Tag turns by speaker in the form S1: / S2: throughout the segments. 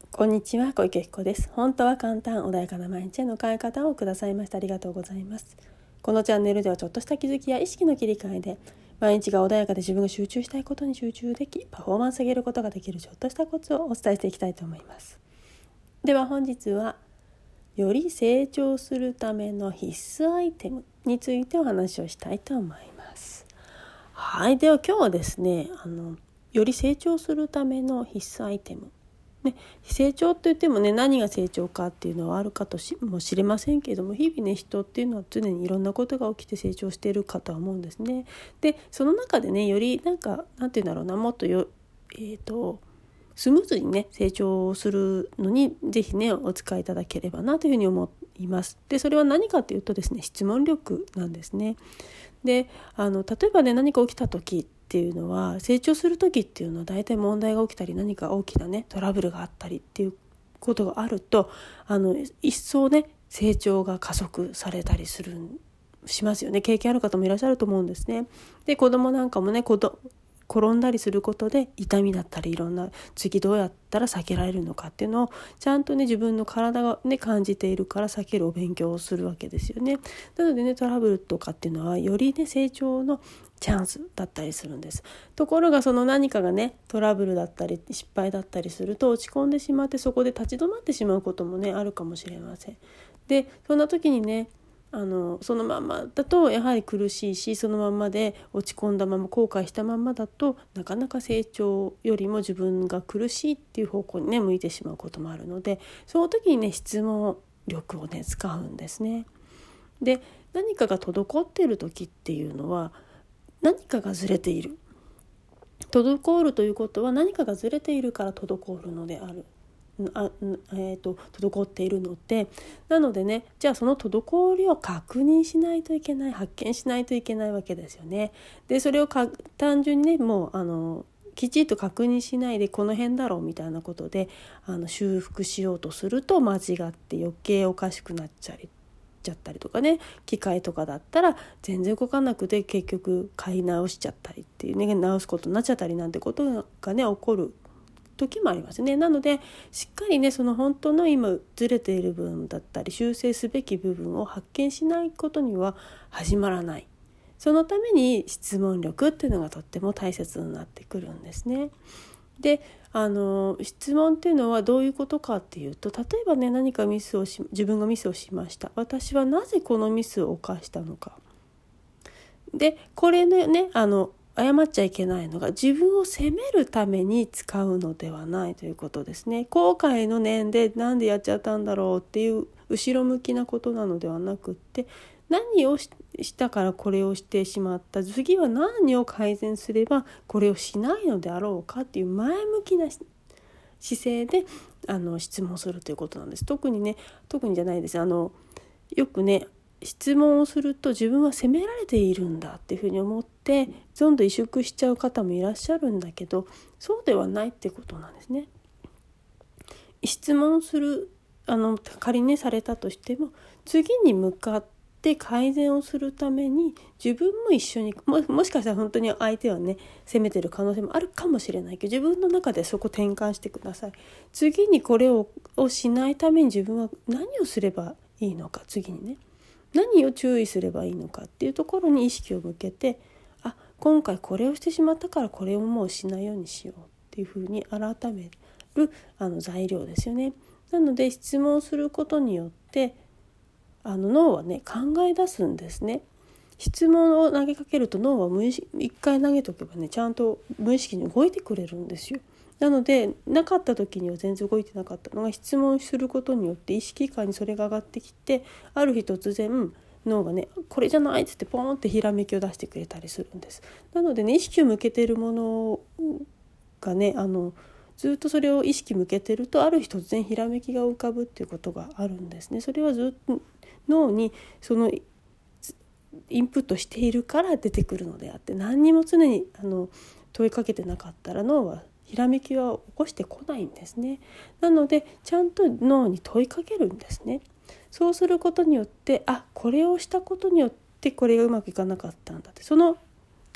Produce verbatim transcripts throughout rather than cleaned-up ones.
S1: こんにちは、小池彦です。本当は簡単、穏やかな毎日への変え方をくださいました。ありがとうございます。このチャンネルではちょっとした気づきや意識の切り替えで毎日が穏やかで自分が集中したいことに集中でき、パフォーマンスを上げることができるちょっとしたコツをお伝えしていきたいと思います。では本日はより成長するための必須アイテムについてお話をしたいと思います。はい、では今日はですね、あのより成長するための必須アイテムね、成長といってもね、何が成長かっていうのはあるかとしもしれませんけれども、日々ね、人っていうのは常にいろんなことが起きて成長しているかとは思うんですね。でその中でね、よりなんかなんていうんだろうな、もっとよ、えーとスムーズにね成長するのにぜひねお使いいただければなというふうに思います。でそれは何かというとですね、質問力なんですね。であの例えばね、何か起きた時っていうのは、成長する時っていうのは大体問題が起きたり、何か大きなねトラブルがあったりっていうことがあると、あの一層ね成長が加速されたりするしますよね。経験ある方もいらっしゃると思うんですね。で子供なんかもね、子供転んだりすることで痛みだったり、いろんな次どうやったら避けられるのかっていうのをちゃんとね自分の体がね感じているから避けるお勉強をするわけですよね。なのでね、トラブルとかっていうのはよりね成長のチャンスだったりするんです。ところがその何かがねトラブルだったり失敗だったりすると落ち込んでしまって、そこで立ち止まってしまうこともねあるかもしれません。でそんな時にね、あのそのまんまだとやはり苦しいし、そのまんまで落ち込んだまま後悔したまんまだとなかなか成長よりも自分が苦しいっていう方向にね向いてしまうこともあるので、その時にね質問力をね使うんですね。で何かが滞っている時っていうのは、何かがずれている、滞るということは何かがずれているから滞るのであるあえー、と滞っているので、なのでね、じゃあその滞りを確認しないといけない、発見しないといけないわけですよね。でそれをか単純にね、もうあのきちっと確認しないで、この辺だろうみたいなことであの修復しようとすると間違って余計おかしくなっちゃいちゃったりとかね、機械とかだったら全然動かなくて結局買い直しちゃったりっていうね、直すことになっちゃったりなんてことがね起こる時もありますね。なのでしっかりね、その本当の今ずれている部分だったり修正すべき部分を発見しないことには始まらない。そのために質問力っていうのがとっても大切になってくるんですね。であの質問っていうのはどういうことかっていうと、例えばね、何かミスをし自分がミスをしました。私はなぜこのミスを犯したのか。でこれね、あの謝っちゃいけないのが、自分を責めるために使うのではないということですね。後悔の念でなんでやっちゃったんだろうっていう後ろ向きなことなのではなくって、何をしたからこれをしてしまった、次は何を改善すればこれをしないのであろうかっていう前向きな姿勢であの質問するということなんです。特にね、特にじゃないです。あのよくね、質問をすると自分は責められているんだっていうふうに思ってどんどん萎縮しちゃう方もいらっしゃるんだけど、そうではないってことなんですね。質問するあの仮に、ね、されたとしても、次に向かって改善をするために自分も一緒に も, もしかしたら本当に相手はね責めてる可能性もあるかもしれないけど、自分の中でそこ転換してください。次にこれををしないために自分は何をすればいいのか、次にね何を注意すればいいのかっていうところに意識を向けて、あ、今回これをしてしまったからこれをもうしないようにしようっていうふうに改めるあの材料ですよね。なので質問することによってあの脳はね考え出すんですね。質問を投げかけると脳は無意識一回投げとけばね、ちゃんと無意識に動いてくれるんですよ。なのでなかった時には全然動いてなかったのが、質問することによって意識下にそれが上がってきて、ある日突然脳がねこれじゃないっつってポーンってひらめきを出してくれたりするんです。なのでね、意識を向けているものがね、あのずっとそれを意識向けてると、ある日突然ひらめきが浮かぶっていうことがあるんですね。それはずっと脳にそのインプットしているから出てくるのであって、何にも常にあの問いかけてなかったら脳はひらめきは起こしてこないんですね。なのでちゃんと脳に問いかけるんですね。そうすることによって、あ、これをしたことによってこれがうまくいかなかったんだって、その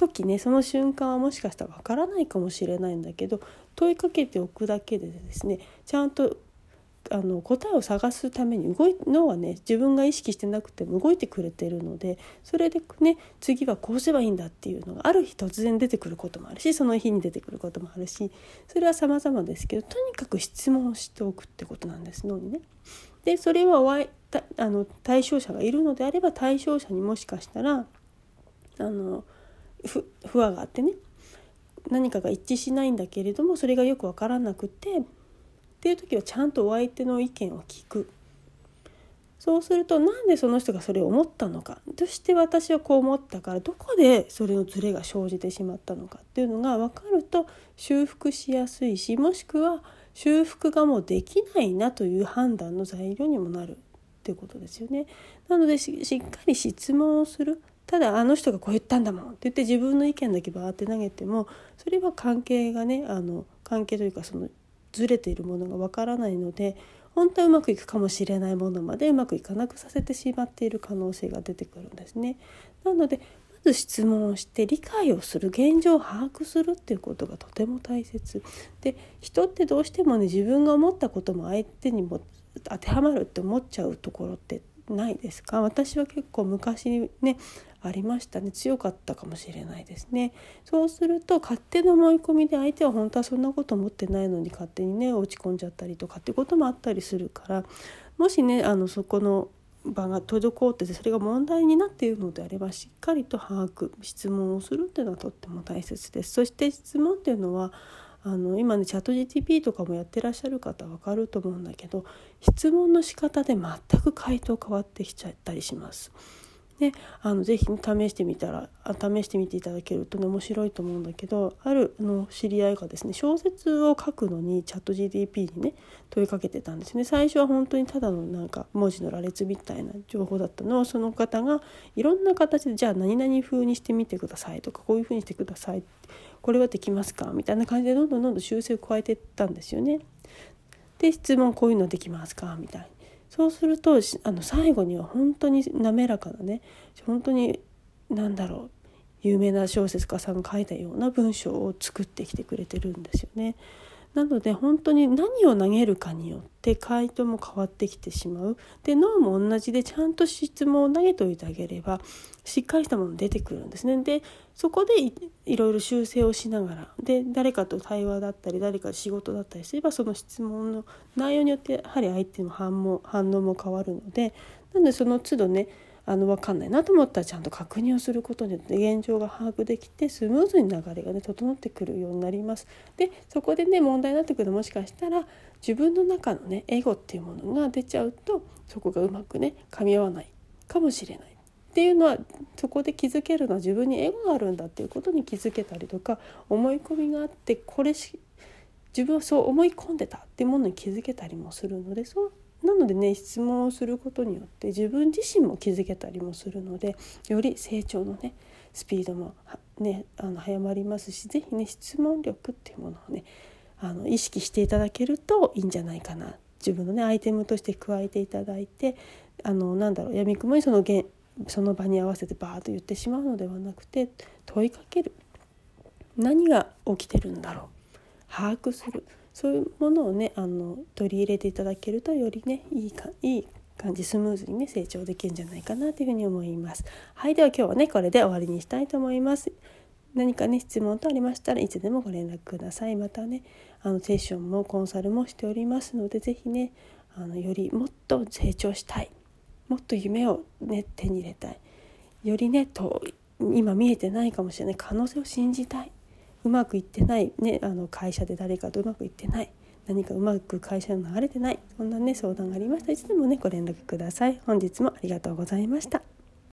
S1: 時ね、その瞬間はもしかしたらわからないかもしれないんだけど、問いかけておくだけでですね、ちゃんとあの答えを探すために動い脳はね、自分が意識してなくても動いてくれてるので、それでね、次はこうすればいいんだっていうのがある日突然出てくることもあるし、その日に出てくることもあるし、それは様々ですけど、とにかく質問をしておくってことなんです、脳にね。でそれはおいたあの対象者がいるのであれば、対象者にもしかしたらあの不不和があってね、何かが一致しないんだけれども、それがよく分からなくてっていう時は、ちゃんとお相手の意見を聞く。そうすると、なんでその人がそれを思ったのか、どうして私はこう思ったから、どこでそれのズレが生じてしまったのかっていうのが分かると、修復しやすいし、もしくは修復がもうできないなという判断の材料にもなるっていうことですよね。なので し, しっかり質問をする。ただあの人がこう言ったんだもんって言って自分の意見だけバーって投げても、それは関係がね、あの関係というか、そのずれているものがわからないので、本当はうまくいくかもしれないものまでうまくいかなくさせてしまっている可能性が出てくるんですね。なのでまず質問をして理解をする、現状を把握するっていうことがとても大切で、人ってどうしてもね、自分が思ったことも相手にも当てはまるって思っちゃうところってないですか？私は結構昔ねありましたね。強かったかもしれないですね。そうすると勝手な思い込みで、相手は本当はそんなこと思ってないのに勝手にね落ち込んじゃったりとかってこともあったりするから、もしねあのそこの場が滞っててそれが問題になっているのであれば、しっかりと把握、質問をするっていうのはとっても大切です。そして質問っていうのはあの今ねチャット ジーティーピー とかもやってらっしゃる方は分かると思うんだけど、質問の仕方で全く回答変わってきちゃったりします。であのぜひ、ね、試してみたらあ試してみていただけると、ね、面白いと思うんだけど、あるの知り合いがですね、小説を書くのにチャット ジーティーピー にね問いかけてたんですね。最初は本当にただのなんか文字の羅列みたいな情報だったのを、その方がいろんな形で、じゃあ何々風にしてみてくださいとか、こういう風にしてください、これはできますかみたいな感じで、どんどんどんどん修正を加えていったんですよね。で質問、こういうのできますかみたいな。そうするとあの最後には本当に滑らかなね、本当に何だろう、有名な小説家さんが書いたような文章を作ってきてくれてるんですよね。なので本当に何を投げるかによって回答も変わってきてしまう。で脳も同じで、ちゃんと質問を投げておいてあげればしっかりしたもの出てくるんですね。でそこで い, いろいろ修正をしながら、で誰かと対話だったり誰か仕事だったりすれば、その質問の内容によってやはり相手の反応反応も変わるので、なのでその都度ねあの分かんないなと思ったらちゃんと確認をすることによって現状が把握できて、スムーズに流れがね整ってくるようになります。でそこでね問題になってくるのは、もしかしたら自分の中のねエゴっていうものが出ちゃうと、そこがうまくね噛み合わないかもしれないっていうのは、そこで気づけるのは自分にエゴがあるんだっていうことに気づけたりとか、思い込みがあって、これし自分はそう思い込んでたっていうものに気づけたりもするので、そうなのでね質問をすることによって自分自身も気づけたりもするので、より成長のねスピードもねあの早まりますし、ぜひね質問力っていうものをねあの意識していただけるといいんじゃないかな。自分のねアイテムとして加えていただいて、あのなんだろう、やみくもにその現その場に合わせてバーッと言ってしまうのではなくて、問いかける、何が起きてるんだろう、把握する、そういうものをねあの取り入れていただけると、よりねいいかいい感じ、スムーズにね成長できるんじゃないかなというふうに思います。はい、では今日はねこれで終わりにしたいと思います。何かね質問とありましたらいつでもご連絡ください。またねあのセッションもコンサルもしておりますので、ぜひねあのよりもっと成長したい、もっと夢をね手に入れたい、よりねと今見えてないかもしれない可能性を信じたい、うまくいってない、ね、あの会社で誰かとうまくいってない、何かうまく会社の流れてない、そんなね相談がありましたらいつでもねご連絡ください。本日もありがとうございました。